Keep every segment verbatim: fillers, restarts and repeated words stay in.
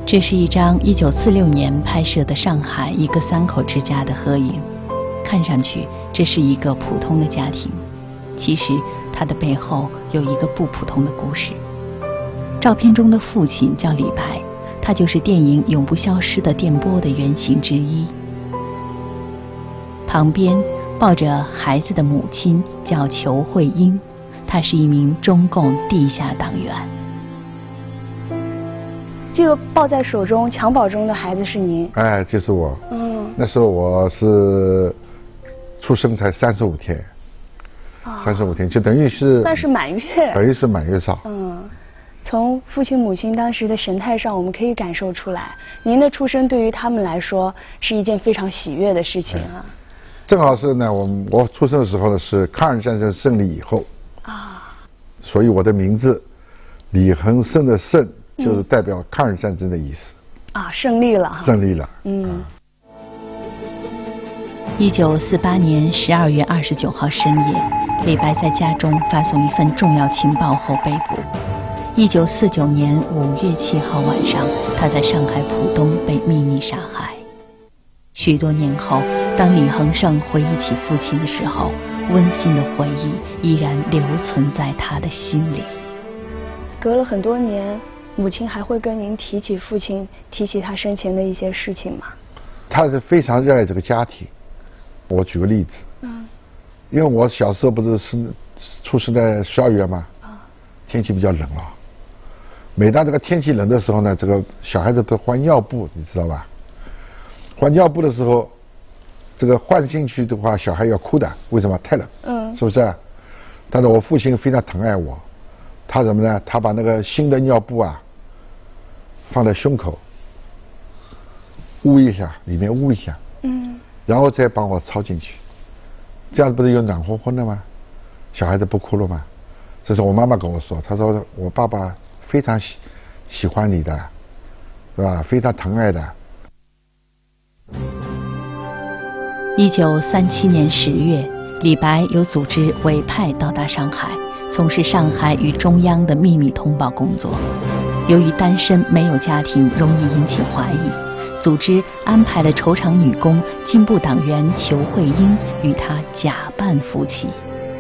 这是一张一九四六年拍摄的上海一个三口之家的合影，看上去这是一个普通的家庭，其实它的背后有一个不普通的故事。照片中的父亲叫李白，他就是电影《永不消失的电波》的原型之一。旁边抱着孩子的母亲叫裘慧英，她是一名中共地下党员。 这个抱在手中襁褓中的孩子是您？ 哎，就是我。 嗯。 那时候我是出生才三十五天，三十五天就等于是算是满月， 等于是满月少。 嗯，从父亲母亲当时的神态上，我们可以感受出来，您的出生对于他们来说是一件非常喜悦的事情啊。 正好是呢，我我出生的时候呢是抗日战争胜利以后啊，所以我的名字李恒胜的胜就是代表抗日战争的意思。 嗯、啊，胜利了。 胜利了。 嗯。 一九四八年十二月二十九号深夜，李白在家中发送一份重要情报后被捕。一九四九年五月七号晚上，他在上海浦东被秘密杀害。许多年后，当李恒胜回忆起父亲的时候，温馨的回忆依然留存在他的心里。 隔了很多年，母亲还会跟您提起父亲，提起他生前的一些事情吗？ 他是非常热爱这个家庭。我举个例子，嗯，因为我小时候不是是出生在十二月吗？啊，天气比较冷了。每当这个天气冷的时候呢，这个小孩子都换尿布，你知道吧？换尿布的时候，这个换进去的话，小孩要哭的，为什么？太冷，嗯，是不是？但是我父亲非常疼爱我，他怎么呢？他把那个新的尿布啊放在胸口，捂一下，里面捂一下，嗯。然后再帮我抄进去，这样不是有暖和和的吗？小孩子不哭了吗？这是我妈妈跟我说，她说我爸爸非常喜喜欢你的，是吧？非常疼爱的。 一九三七年十月，李白有组织委派到达上海，从事上海与中央的秘密通报工作。由于单身没有家庭，容易引起怀疑。组织安排了愁肠女工、进步党员裘慧英与他假扮夫妻。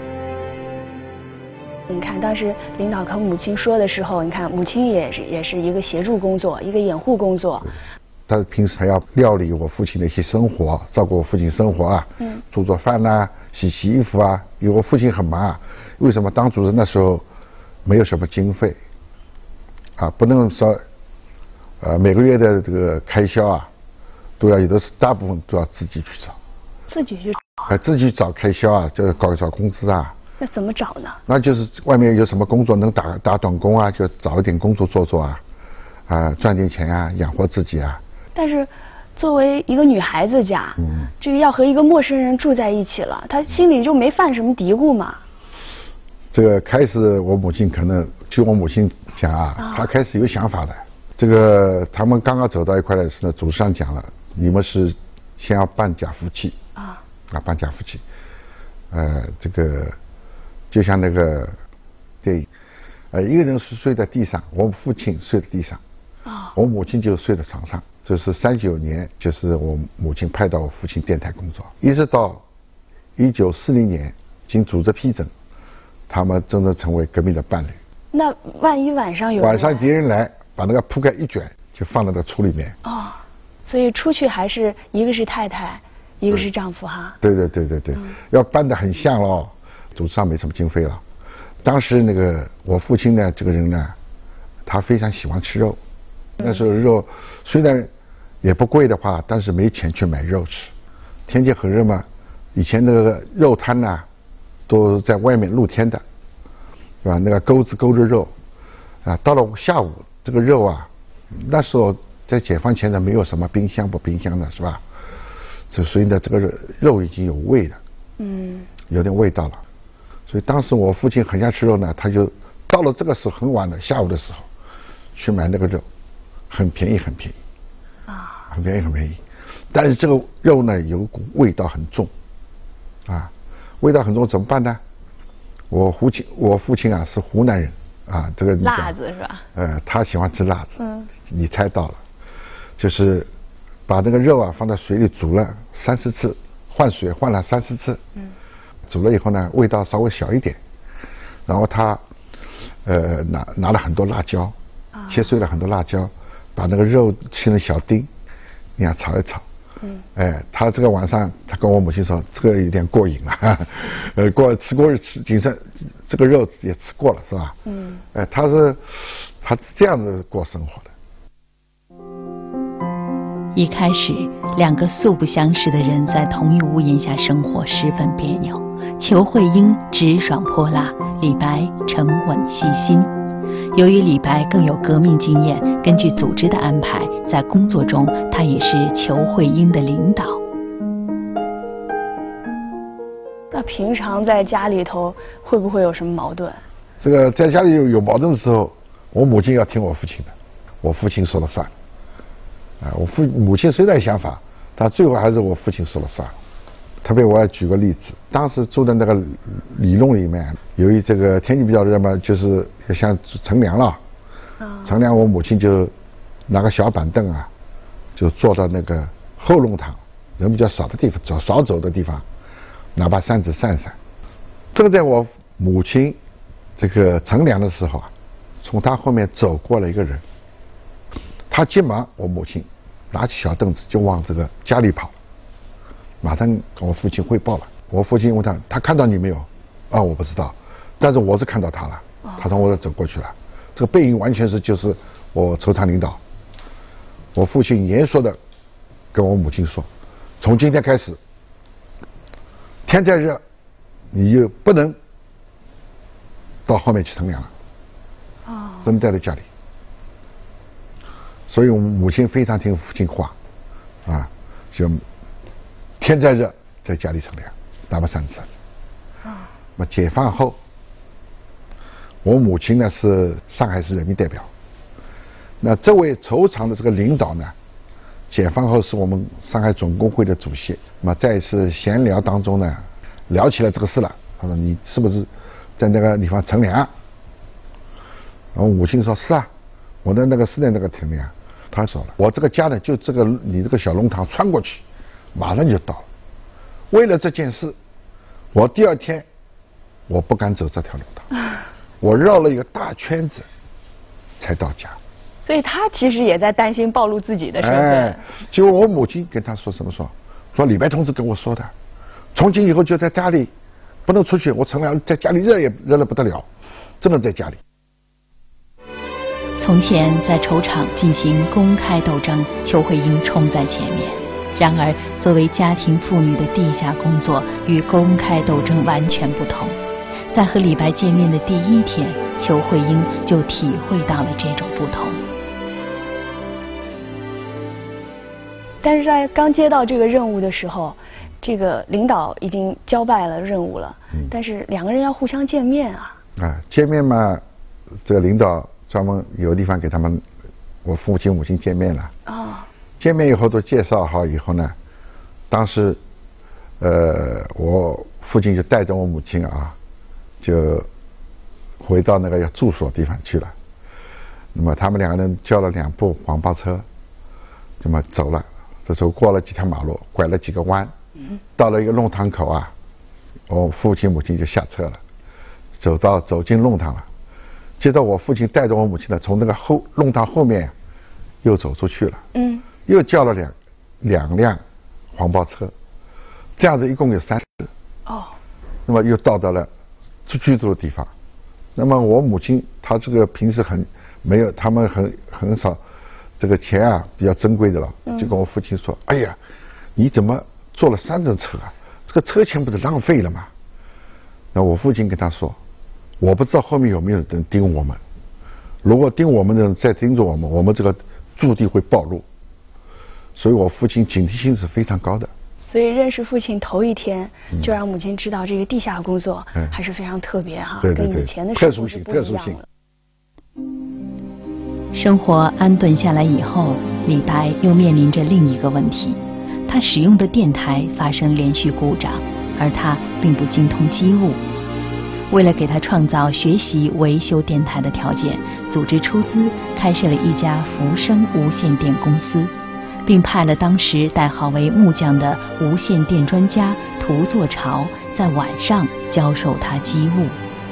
你看，当时领导和母亲说的时候，你看母亲也是也是一个协助工作，一个掩护工作。 他平时还要料理我父亲的一些生活，照顾我父亲生活啊，嗯，做做饭呐、啊，洗洗衣服啊。因为我父亲很忙啊，为什么当主任那时候没有什么经费啊，不能说。呃，每个月的这个开销啊，都要有的是大部分都要自己去找， 自己去找， 哎，自己找开销啊，就是搞找工资啊。 那怎么找呢？ 那就是外面有什么工作能打打短工啊，就找一点工作做做啊，啊、呃，赚点钱啊，养活自己啊。 但是，作为一个女孩子家，嗯，这个要和一个陌生人住在一起了，她心里就没犯什么嘀咕嘛。 这个开始我母亲可能，据我母亲讲啊，啊她开始有想法的。这个他们刚刚走到一块的时候，祖上讲了，你们是先要办假夫妻啊，啊办假夫妻，呃，这个就像那个电影，呃，一个人是睡在地上，我父亲睡在地上，啊，我母亲就睡在床上。这是三九年，就是我母亲派到我父亲电台工作，一直到一九四零年，经组织批准，他们真正成为革命的伴侣。 那万一晚上有晚上敌人来。把那个铺盖一卷，就放到那橱里面。哦， 所以出去还是一个是太太，一个是丈夫哈。 对对对对对，嗯、要搬得很像咯。组织上没什么经费了。当时那个我父亲呢，这个人呢，他非常喜欢吃肉。那时候肉虽然也不贵的话，但是没钱去买肉吃。天气很热嘛，以前那个肉摊呢，都在外面露天的，是吧？那个钩子勾着肉，啊，到了下午。这个肉啊，那时候在解放前呢，没有什么冰箱不冰箱的，是吧？这所以呢，这个肉已经有味了，嗯，有点味道了。所以当时我父亲很想吃肉呢，他就到了这个时候很晚了，下午的时候去买那个肉，很便宜，很便宜，啊，很便宜，很便宜。但是这个肉呢，有股味道很重，啊，味道很重怎么办呢？我父亲，我父亲啊是湖南人。啊，这个辣子是吧？ 呃，他喜欢吃辣子。嗯，你猜到了。 就是把那个肉啊放在水里煮了三四次，换水换了三四次。嗯。煮了以后呢，味道稍微小一点，然后他呃拿拿了很多辣椒，啊、切碎了很多辣椒，把那个肉切成小丁，你看炒一炒。嗯。哎，他这个晚上他跟我母亲说，这个有点过瘾了，呃，过吃过日吃，谨慎这个肉也吃过了是吧？嗯。哎，他是他是这样子过生活的。 一开始，两个素不相识的人在同一屋檐下生活，十分别扭。裘慧英直爽泼辣，李白沉稳细心。由于李白更有革命经验，根据组织的安排，在工作中他也是裘慧英的领导。 那平常在家里头会不会有什么矛盾？ 这个在家里有有矛盾的时候，我母亲要听我父亲的，我父亲说了算。啊，我父母亲虽然想法，但最后还是我父亲说了算。特别我要举个例子，当时住的那个里弄里面，由于这个天气比较热嘛，就是像乘凉了。乘凉，我母亲就拿个小板凳啊，就坐到那个后弄堂，人比较少的地方，走少走的地方，拿把扇子扇扇。正在我母亲这个乘凉的时候啊，从她后面走过了一个人。他急忙，我母亲拿起小凳子就往这个家里跑，马上跟我父亲汇报了。我父亲问他，他看到你没有？啊，我不知道，但是我是看到他了。他从我这走过去了，这个背影完全是就是我筹团领导。我父亲严肃的跟我母亲说，从今天开始，天再热，你就不能到后面去乘凉了。哦，只能待在家里。所以我母亲非常听父亲话，啊，就天再热，在家里乘凉，拿把扇子。啊。那么解放后，我母亲呢是上海市人民代表。那这位筹厂的这个领导呢，解放后是我们上海总工会的主席。那么在一次闲聊当中呢，聊起来这个事了。他说：“你是不是在那个地方乘凉？”然后母亲说：“是啊，我的那个是在那个乘凉。”他说了，我这个家呢，就这个你这个小弄堂穿过去，马上就到了。为了这件事，我第二天我不敢走这条弄堂，我绕了一个大圈子才到家。 所以他其实也在担心暴露自己的身份。 哎，结果我母亲跟他说什么说？说李白同志跟我说的，从今以后就在家里，不能出去。我乘凉在家里热也热得不得了，只能在家里。 从前在筹厂进行公开斗争，裘慧英冲在前面。然而，作为家庭妇女的地下工作与公开斗争完全不同。在和李白见面的第一天，裘慧英就体会到了这种不同。 但是在刚接到这个任务的时候，这个领导已经交代了任务了，嗯、但是两个人要互相见面啊。 啊，见面嘛，这个领导专门有地方给他们，我父亲母亲见面了。哦。见面以后都介绍好以后呢，当时，呃，我父亲就带着我母亲啊，就回到那个要住所地方去了。那么他们两个人叫了两部黄包车，那么走了。这时候过了几条马路，拐了几个弯，嗯、到了一个弄堂口啊，我父亲母亲就下车了，走到走进弄堂了。接着我父亲带着我母亲呢，从那个后弄堂后面又走出去了。嗯。又叫了两两辆黄包车，这样子一共有三次。哦。那么又到达了居住的地方。那么我母亲她这个平时很没有，他们很很少，这个钱啊比较珍贵的了，就跟我父亲说：“哎呀，你怎么坐了三辆车啊？这个车钱不是浪费了吗？”那我父亲跟他说：“我不知道后面有没有人盯我们，如果盯我们的人再盯着我们，我们这个驻地会暴露。”所以我父亲警惕性是非常高的。 所以认识父亲头一天就让母亲知道这个地下工作还是非常特别哈， 对对对， 跟以前的特殊性，特殊性。 生活安顿下来以后，李白又面临着另一个问题，他使用的电台发生连续故障，而他并不精通机务。为了给他创造学习维修电台的条件，组织出资开设了一家福生无线电公司。 并派了当时代号为木匠的无线电专家涂作潮在晚上教授他机务。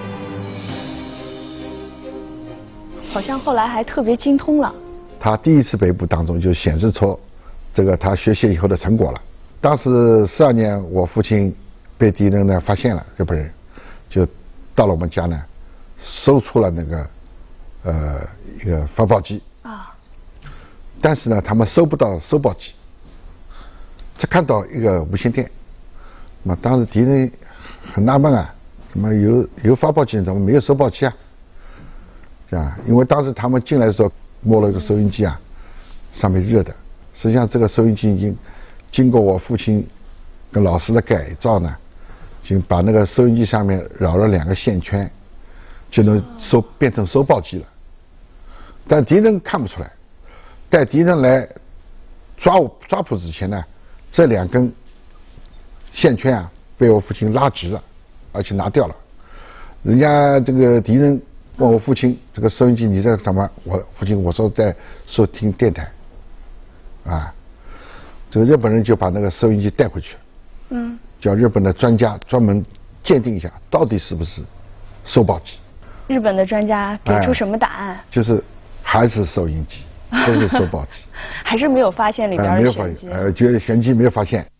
好像后来还特别精通了。 他第一次被捕当中就显示出这个他学习以后的成果了。当时十二年，我父亲被敌人呢发现了，日本人就到了我们家呢，搜出了那个呃一个发报机啊，但是呢他们搜不到收报机，只看到一个无线电。那么当时敌人很纳闷啊，怎么有有发报机，怎么没有收报机啊？啊，因为当时他们进来的时候摸了一个收音机啊，上面热的。实际上这个收音机已经经过我父亲跟老师的改造呢，就把那个收音机上面绕了两个线圈，就能收变成收报机了。但敌人看不出来，在敌人来抓我抓捕之前呢，这两根线圈啊被我父亲拉直了，而且拿掉了。人家这个敌人问我父亲，这个收音机你在干嘛？我父亲我说在收听电台，啊，这个日本人就把那个收音机带回去，嗯，叫日本的专家专门鉴定一下，到底是不是收报机。 日本的专家给出什么答案？ 哎、就是还是收音机，不是收报机， 还是没有发现里边的玄机。 呃，觉得玄机没有发现。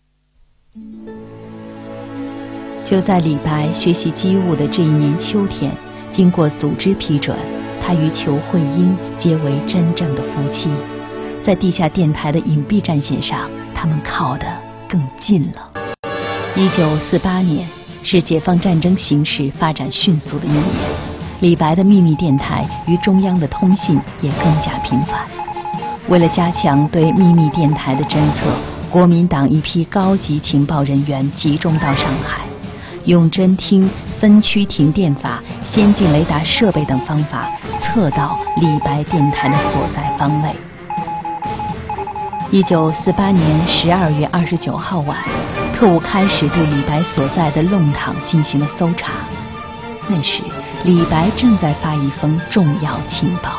就在李白学习机务的这一年秋天。经过组织批准，他与裘慧英结为真正的夫妻。在地下电台的隐蔽战线上，他们靠得更近了。一九四八年是解放战争形势发展迅速的一年，李白的秘密电台与中央的通信也更加频繁。为了加强对秘密电台的侦测，国民党一批高级情报人员集中到上海，用侦听、分区停电法、先进雷达设备等方法测到李白电台的所在方位。一九四八年十二月二十九号晚，特务开始对李白所在的弄堂进行了搜查。那时，李白正在发一封重要情报。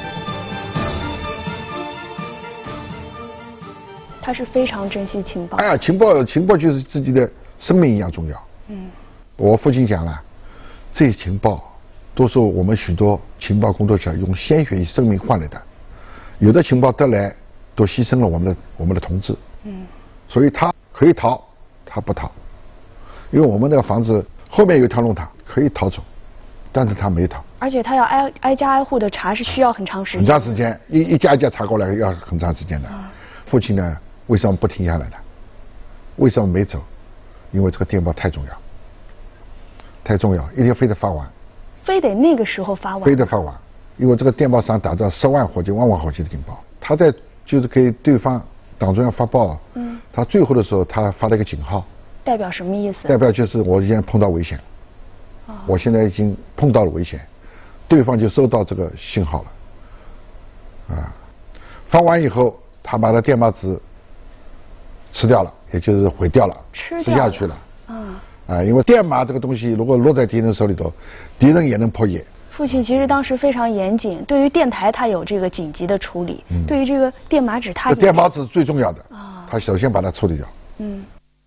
他是非常珍惜情报。 哎呀，情报情报就是自己的生命一样重要。嗯，我父亲讲了，这些情报都是我们许多情报工作者用鲜血与生命换来的，有的情报得来都牺牲了我们的我们的同志。嗯，所以他可以逃，他不逃，因为我们那个房子后面有一条弄堂可以逃走，但是他没逃。 而且他要挨挨家挨户的查，是需要很长时间。 很长时间，一一家一家查过来要很长时间的。嗯、父亲呢，为什么不停下来呢？为什么没走？因为这个电报太重要，太重要，一定非得发完。 非得那个时候发完。 非得发完，因为这个电报上打到十万火急、万万火急的警报，他在就是给对方党中央发报。嗯。他最后的时候，他发了一个警号。 代表什么意思？ 代表就是我已经碰到危险了。哦。我现在已经碰到了危险，对方就收到这个信号了。啊，发完以后，他把那电报纸吃掉了，也就是毁掉了， 吃吃下去了。嗯。啊，因为电码这个东西，如果落在敌人手里头，敌人也能破译。 父亲其实当时非常严谨，对于电台他有这个紧急的处理，嗯、对于这个电码纸他。 电码纸最重要的啊，他首先把它处理掉。 嗯。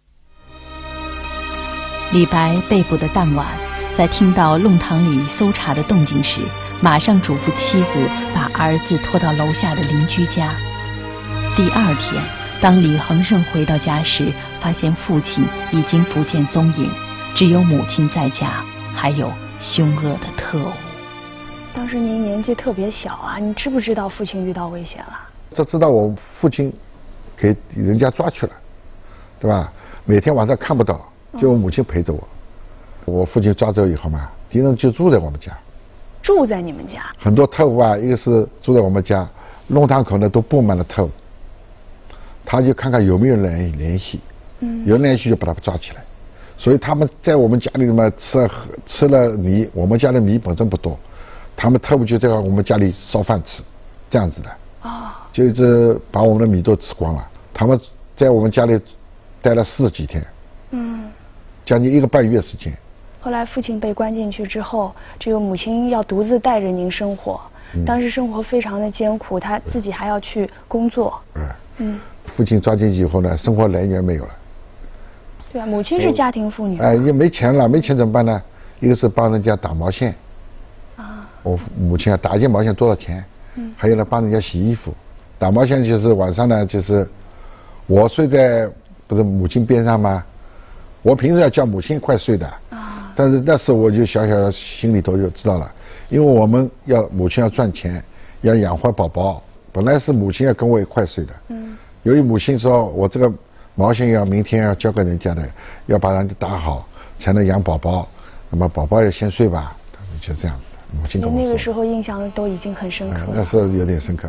李白被捕的当晚，在听到弄堂里搜查的动静时，马上嘱咐妻子把儿子拖到楼下的邻居家。第二天，当李恒胜回到家时，发现父亲已经不见踪影，只有母亲在家，还有凶恶的特务。 当时您年纪特别小啊，你知不知道父亲遇到危险了？ 这知道我父亲给人家抓去了，对吧？每天晚上看不到，就我母亲陪着我。嗯、我父亲抓走以后嘛，敌人就住在我们家。 住在你们家？ 很多特务啊，一个是住在我们家，弄堂口呢都布满了特务。他就看看有没有人联系，嗯，有人联系就把他抓起来。所以他们在我们家里嘛吃了吃了米，我们家的米本身不多，他们特务就在我们家里烧饭吃，这样子的。啊、哦。就是把我们的米都吃光了。他们在我们家里待了四十几天，嗯，将近一个半月时间。 后来父亲被关进去之后，这个母亲要独自带着您生活，嗯、当时生活非常的艰苦，她自己还要去工作。 嗯。嗯。 父亲抓进去以后呢，生活来源没有了。 对啊，母亲是家庭妇女。 哎，也没钱了，没钱怎么办呢？一个是帮人家打毛线。啊。我母亲啊，打一件毛线多少钱？嗯。还有呢，帮人家洗衣服。打毛线就是晚上呢，就是我睡在不是母亲边上吗？我平时要叫母亲快睡的。啊。但是那时候我就小小心里头就知道了，因为我们要母亲要赚钱，要养活宝宝。本来是母亲要跟我一块睡的，嗯，由于母亲说我这个毛线要明天要交给人家的，要把人家打好才能养宝宝，那么宝宝要先睡吧，就这样子。母亲跟我说。 那个时候印象都已经很深刻了。 哎，那时候有点深刻。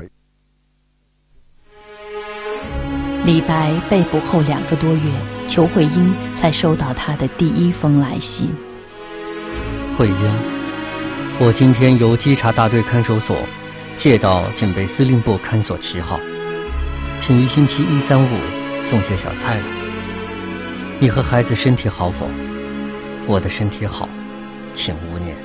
李白被捕后两个多月，裘慧英才收到他的第一封来信。 慧英，我今天由稽查大队看守所借到警备司令部看守七号，请于星期一、三、五送些小菜来。你和孩子身体好否？我的身体好，请勿念。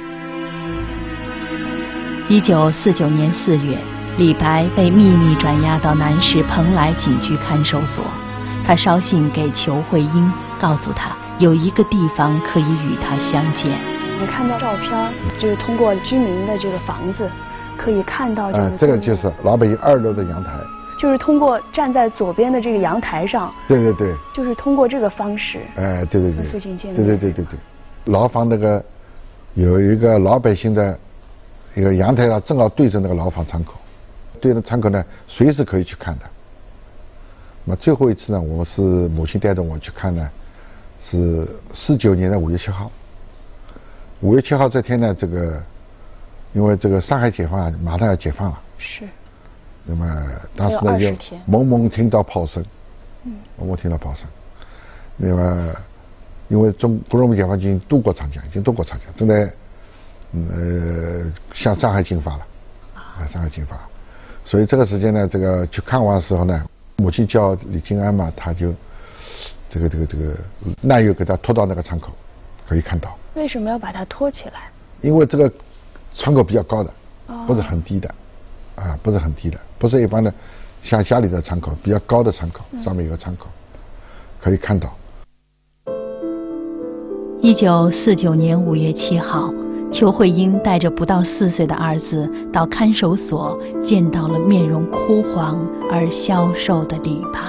一九四九年四月，李白被秘密转押到南市蓬莱警局看守所。他捎信给裘慧英，告诉他有一个地方可以与他相见。 你看到照片，就是通过居民的这个房子。可以看到这个、 呃，这个就是老北京二楼的阳台， 就是通过站在左边的这个阳台上， 对对对， 就是通过这个方式， 哎、呃，对对对， 父亲见面， 对对对对对，牢房那个有一个老百姓的一个阳台上，正好对着那个牢房窗口，对着窗口呢，随时可以去看的。那么最后一次呢，我是母亲带着我去看呢，是四九年的五月七号，五月七号这天呢，这个。因为这个上海解放啊，马上要解放了。 是。 那么当时呢，就蒙蒙听到炮声，嗯，蒙蒙听到炮声。那么，因为中国人民解放军渡过长江，已经渡过长江，正在呃向上海进发了，啊，上海进发。所以这个时间呢，这个去看望的时候呢，母亲叫李金安嘛，他就这个这个这个男友给他拖到那个窗口，可以看到。 为什么要把他拖起来？ 因为这个。窗口比较高的，不是很低的，啊，不是很低的，不是一般的，像家里的窗口，比较高的窗口，上面有个窗口，可以看到。 一九四九年五月七号，裘慧英带着不到四岁的儿子到看守所，见到了面容枯黄而消瘦的李白。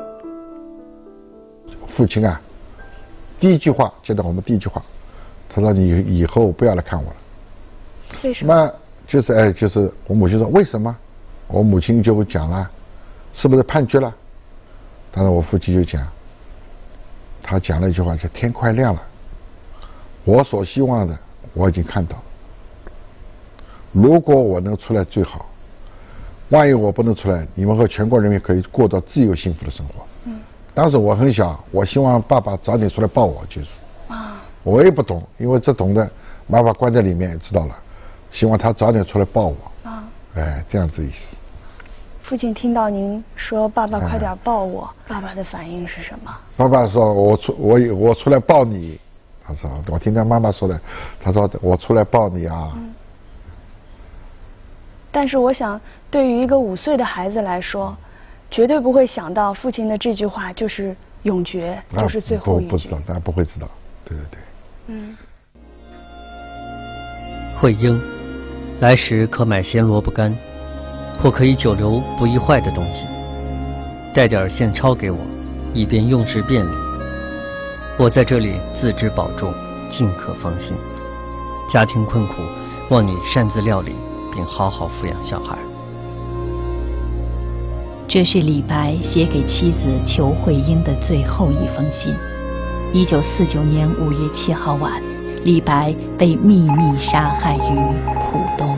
父亲啊，第一句话见到我们第一句话，他说：“你以后不要来看我了。” 为什么？ 那就是哎，就是我母亲说为什么？我母亲就讲了，是不是判决了？当时我父亲就讲，他讲了一句话，叫“天快亮了，我所希望的我已经看到了。如果我能出来最好，万一我不能出来，你们和全国人民可以过到自由幸福的生活。”嗯。当时我很小，我希望爸爸早点出来抱我，就是。啊。我也不懂，因为这懂的，爸爸关在里面知道了。希望他早点出来抱我啊！哎，这样子意思。 父亲听到您说“爸爸快点抱我”，哎、爸爸的反应是什么？ 爸爸说：“我出我我出来抱你。”他说：“我听他妈妈说的，他说我出来抱你啊。嗯” 但是我想，对于一个五岁的孩子来说，绝对不会想到父亲的这句话就是永诀，就是最后一句。 不不知道，大家不会知道。对对对。嗯。 慧英。来时可买鲜萝卜干，或可以久留不易坏的东西，带点现钞给我，以便用时便利。我在这里自知保重，尽可放心。家庭困苦，望你擅自料理，并好好抚养小孩。 这是李白写给妻子裘慧英的最后一封信。一九四九年五月七号晚，李白被秘密杀害于浦东。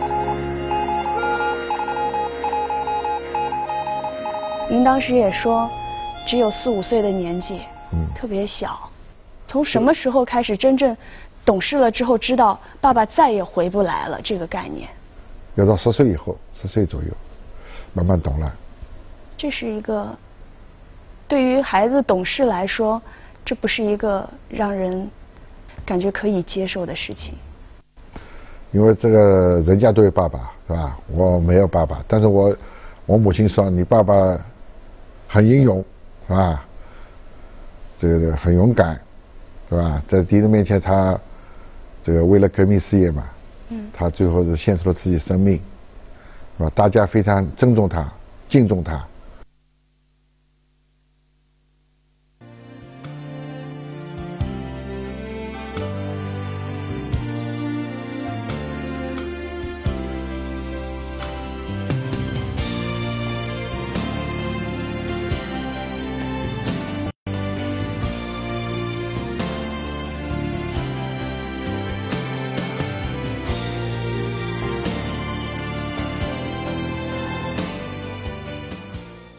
您当时也说，只有四五岁的年纪，嗯，特别小。从什么时候开始真正懂事了之后，知道爸爸再也回不来了这个概念？ 要到十岁以后，十岁左右，慢慢懂了。 这是一个对于孩子懂事来说，这不是一个让人感觉可以接受的事情。 因为这个人家都有爸爸，是吧？我没有爸爸，但是我我母亲说，你爸爸很英勇，是吧？这个很勇敢，是吧？在敌人面前，他这个为了革命事业嘛，嗯，他最后是献出了自己生命，是吧？大家非常尊重他、敬重他。